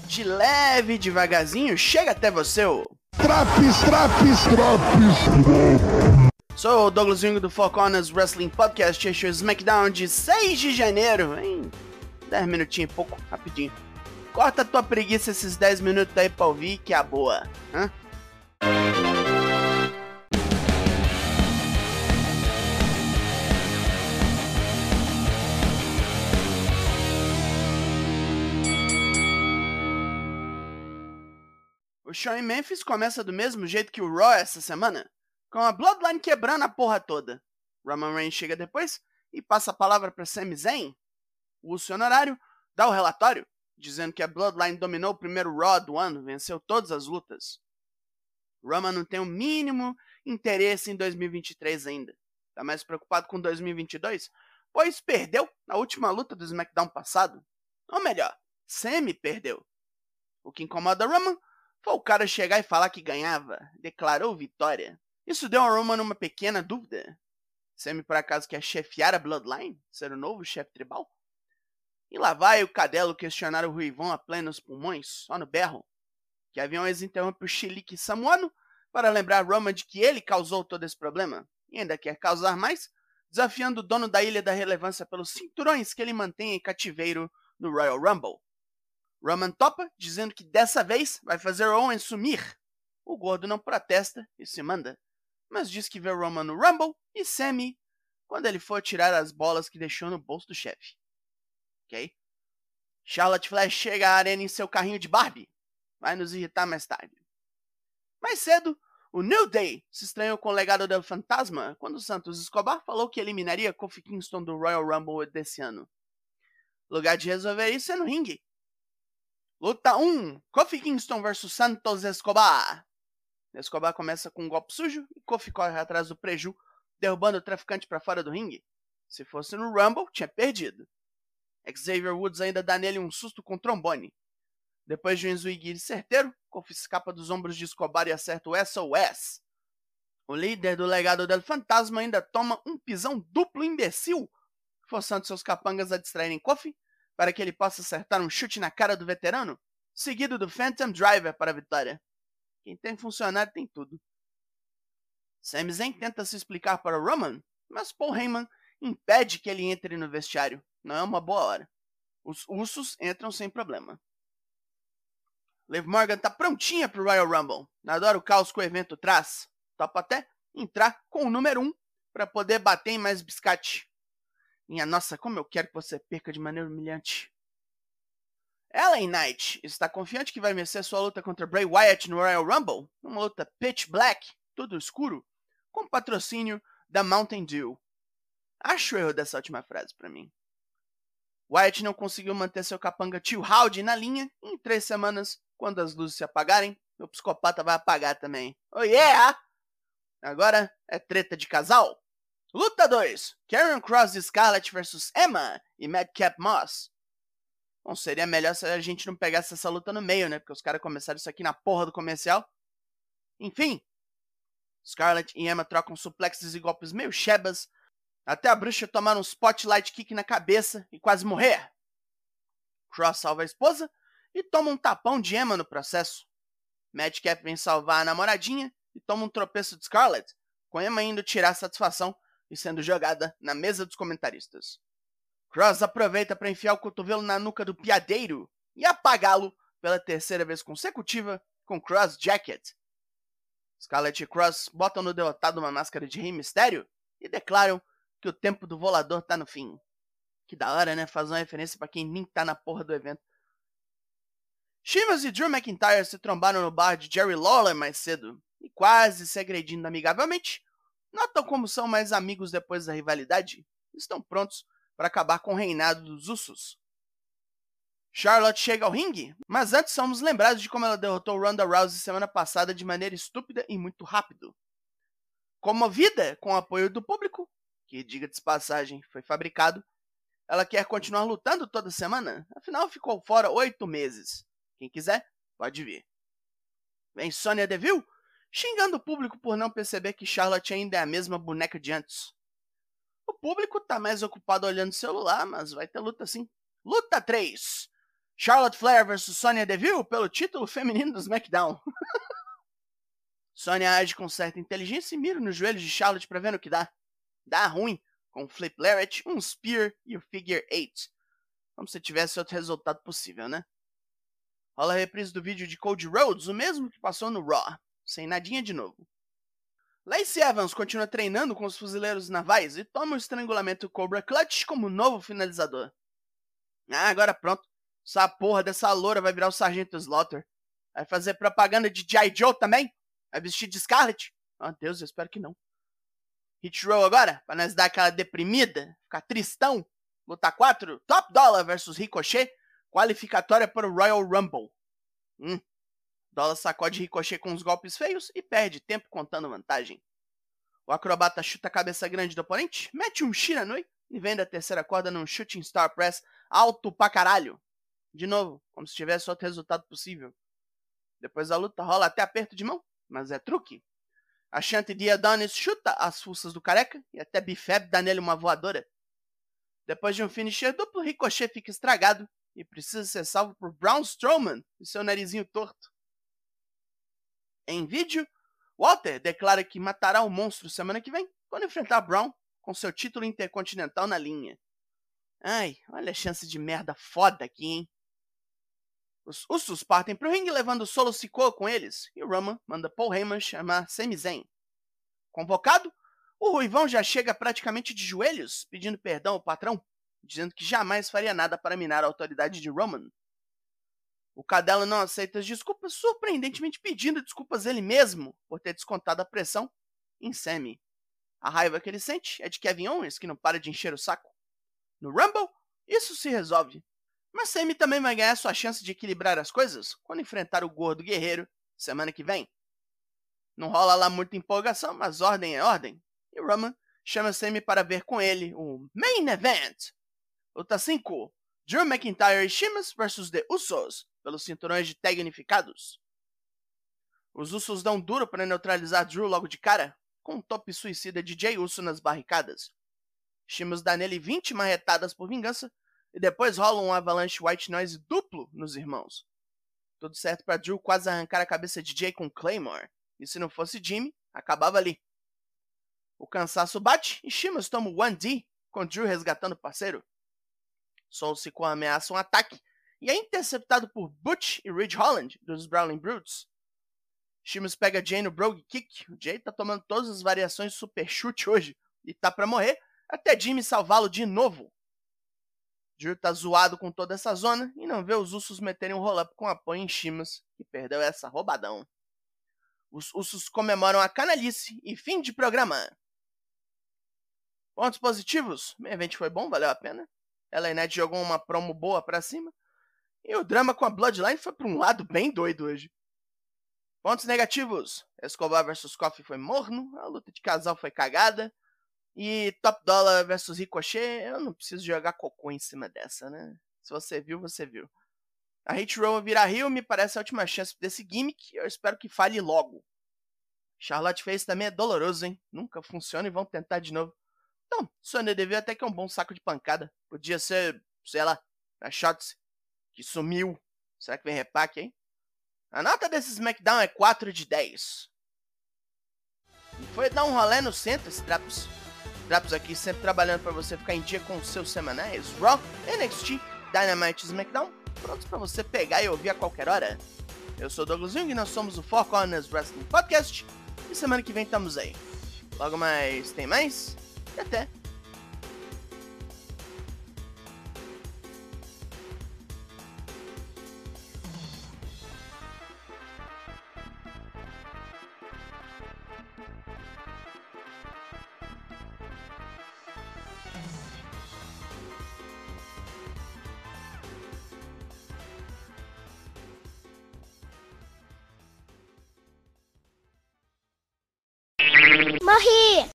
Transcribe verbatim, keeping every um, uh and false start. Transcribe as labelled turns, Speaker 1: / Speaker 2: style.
Speaker 1: de leve e devagarzinho chega até você o...
Speaker 2: Traps, traps, traps.
Speaker 1: Sou o Douglas Jung do Four Corners Wrestling Podcast, este é o SmackDown de seis de janeiro, em dez minutinhos e pouco, rapidinho. Corta tua preguiça esses dez minutos aí pra ouvir, que é a boa, hã? O show em Memphis começa do mesmo jeito que o Raw essa semana, com a Bloodline quebrando a porra toda. Roman Reigns chega depois e passa a palavra para Sami Zayn. O Uso honorário dá o relatório, dizendo que a Bloodline dominou o primeiro Raw do ano, venceu todas as lutas. Roman não tem o mínimo interesse em dois mil e vinte e três ainda. Tá mais preocupado com dois mil e vinte e dois, pois perdeu na última luta do SmackDown passado. Ou melhor, Sami perdeu. O que incomoda Roman foi o cara chegar e falar que ganhava, declarou vitória. Isso deu a Roman uma pequena dúvida. Sami por acaso quer chefiar a Bloodline? Ser o novo chefe tribal? E lá vai o Cadelo questionar o Ruivão a plenos pulmões, só no berro. Que aviões interrompe o chilique samuano para lembrar Roman de que ele causou todo esse problema. E ainda quer causar mais, desafiando o dono da Ilha da Relevância pelos cinturões que ele mantém em cativeiro no Royal Rumble. Roman topa, dizendo que dessa vez vai fazer Owen sumir. O gordo não protesta e se manda, mas diz que vê Roman no Rumble e Sami quando ele for tirar as bolas que deixou no bolso do chefe. Ok? Charlotte Flair chega à arena em seu carrinho de Barbie. Vai nos irritar mais tarde. Mais cedo, o New Day se estranhou com o legado do Fantasma quando Santos Escobar falou que eliminaria Kofi Kingston do Royal Rumble desse ano. O lugar de resolver isso é no ringue. Luta um, Kofi Kingston versus Santos Escobar. Escobar começa com um golpe sujo e Kofi corre atrás do preju, derrubando o traficante para fora do ringue. Se fosse no Rumble, tinha perdido. Xavier Woods ainda dá nele um susto com trombone. Depois de um Enzwigiri certeiro, Kofi escapa dos ombros de Escobar e acerta o S O S. O líder do legado del Fantasma ainda toma um pisão duplo imbecil, forçando seus capangas a distraírem Kofi, para que ele possa acertar um chute na cara do veterano, seguido do Phantom Driver para a vitória. Quem tem funcionário tem tudo. Sami Zayn tenta se explicar para Roman, mas Paul Heyman impede que ele entre no vestiário. Não é uma boa hora. Os Usos entram sem problema. Liv Morgan tá prontinha pro Royal Rumble. Adora o caos que o evento traz. Topa até entrar com o número um para poder bater em mais biscate. Minha nossa, como eu quero que você perca de maneira humilhante. L A Knight está confiante que vai vencer sua luta contra Bray Wyatt no Royal Rumble, numa luta pitch black, tudo escuro, com patrocínio da Mountain Dew. Acho o erro dessa última frase pra mim. Wyatt não conseguiu manter seu capanga Tio Howdy na linha e em três semanas, quando as luzes se apagarem, o psicopata vai apagar também. Oh yeah! Agora é treta de casal. Luta dois, Karrion Kross e Scarlett versus Emma e Madcap Moss. Bom, seria melhor se a gente não pegasse essa luta no meio, né? Porque os caras começaram isso aqui na porra do comercial. Enfim, Scarlett e Emma trocam suplexes e golpes meio chebas, até a bruxa tomar um spotlight kick na cabeça e quase morrer. Kross salva a esposa e toma um tapão de Emma no processo. Madcap vem salvar a namoradinha e toma um tropeço de Scarlett, com Emma indo tirar satisfação e sendo jogada na mesa dos comentaristas. Kross aproveita para enfiar o cotovelo na nuca do piadeiro e apagá-lo pela terceira vez consecutiva com Kross Jacket. Scarlett e Kross botam no derrotado uma máscara de Rei Mistério e declaram que o tempo do volador tá no fim. Que da hora, né? Faz uma referência para quem nem tá na porra do evento. Sheamus e Drew McIntyre se trombaram no bar de Jerry Lawler mais cedo e quase se agredindo amigavelmente, notam como são mais amigos depois da rivalidade e estão prontos para acabar com o reinado dos Usos. Charlotte chega ao ringue, mas antes somos lembrados de como ela derrotou Ronda Rousey semana passada de maneira estúpida e muito rápido. Comovida com o apoio do público, que, diga-se de passagem, foi fabricado, ela quer continuar lutando toda semana, afinal ficou fora oito meses. Quem quiser, pode vir. Vem Sonya Deville, xingando o público por não perceber que Charlotte ainda é a mesma boneca de antes. O público tá mais ocupado olhando o celular, mas vai ter luta sim. Luta três. Charlotte Flair versus Sonya Deville pelo título feminino do SmackDown. Sonya age com certa inteligência e mira nos joelhos de Charlotte pra ver no que dá. Dá ruim, com um Flip Lariat, um Spear e o Figure eight. Como se tivesse outro resultado possível, né? Rola a reprise do vídeo de Cody Rhodes, o mesmo que passou no Raw, sem nadinha de novo. Lacey Evans continua treinando com os fuzileiros navais e toma o estrangulamento Cobra Clutch como novo finalizador. Ah, agora pronto. Essa porra dessa loura vai virar o Sargento Slaughter. Vai fazer propaganda de G I. Joe também? Vai vestir de Scarlet? Oh, Deus, eu espero que não. Hit Row agora, pra nós dar aquela deprimida, ficar tristão. Luta quatro, Top Dollar versus Ricochet, qualificatória para o Royal Rumble. Hum. Dollar sacode Ricochet com uns golpes feios e perde tempo contando vantagem. O acrobata chuta a cabeça grande do oponente, mete um Shiranui e vem da terceira corda num Shooting Star Press alto pra caralho. De novo, como se tivesse outro resultado possível. Depois da luta rola até aperto de mão, mas é truque. A Shanty de Adonis chuta as fuças do careca e até Bifeb dá nele uma voadora. Depois de um finisher duplo, Ricochet fica estragado e precisa ser salvo por Braun Strowman e seu narizinho torto. Em vídeo, Walter declara que matará o monstro semana que vem quando enfrentar Braun com seu título intercontinental na linha. Ai, olha a chance de merda foda aqui, hein? Os Usos partem pro ringue levando o Solo Sikoa com eles e o Roman manda Paul Heyman chamar Sami Zayn. Convocado, o Ruivão já chega praticamente de joelhos pedindo perdão ao patrão, dizendo que jamais faria nada para minar a autoridade de Roman. O Cadelo não aceita as desculpas, surpreendentemente pedindo desculpas ele mesmo por ter descontado a pressão em Sami. A raiva que ele sente é de Kevin Owens, que não para de encher o saco. No Rumble, isso se resolve. Mas Sami também vai ganhar sua chance de equilibrar as coisas quando enfrentar o Gordo Guerreiro semana que vem. Não rola lá muita empolgação, mas ordem é ordem. E Roman chama Sami para ver com ele o Main Event. Luta cinco. Drew McIntyre e Sheamus versus The Usos pelos cinturões de tag unificados. Os Usos dão duro para neutralizar Drew logo de cara, com um top suicida de Jey Uso nas barricadas. Sheamus dá nele vinte marretadas por vingança, e depois rola um avalanche white noise duplo nos irmãos. Tudo certo para Drew quase arrancar a cabeça de Jey com Claymore, e se não fosse Jimmy, acabava ali. O cansaço bate e Sheamus toma o one D, com Drew resgatando o parceiro. Soul Sikoa ameaça um ataque, e é interceptado por Butch e Ridge Holland, dos Brawling Brutes. Sheamus pega Jay no Brogue Kick, o Jay tá tomando todas as variações super chute hoje, e tá pra morrer, até Jimmy salvá-lo de novo. Drew tá zoado com toda essa zona e não vê os Usos meterem um roll-up com apoio em Sheamus, que perdeu essa roubadão. Os Usos comemoram a canalice e fim de programa. Pontos positivos? O evento foi bom, valeu a pena. L A Knight jogou uma promo boa pra cima. E o drama com a Bloodline foi pra um lado bem doido hoje. Pontos negativos? Escobar versus Coffey foi morno, a luta de casal foi cagada. E Top Dollar versus Ricochet, eu não preciso jogar cocô em cima dessa, né? Se você viu, você viu. A Hit Row virar heel me parece a última chance desse gimmick, eu espero que falhe logo. Charlotte Face também é doloroso, hein? Nunca funciona e vão tentar de novo. Então, Sonya Deville até que é um bom saco de pancada. Podia ser, sei lá, a Shotzi, que sumiu. Será que vem repack, hein? A nota desse SmackDown é quatro de dez. E foi dar um rolê no centro, esse Trapos. Trapos aqui sempre trabalhando para você ficar em dia com os seus semanais Raw, N X T, Dynamite e SmackDown, prontos para você pegar e ouvir a qualquer hora. Eu sou o Douglas Jung e nós somos o Four Corners Wrestling Podcast. E semana que vem estamos aí. Logo mais tem mais e até.
Speaker 3: Morri!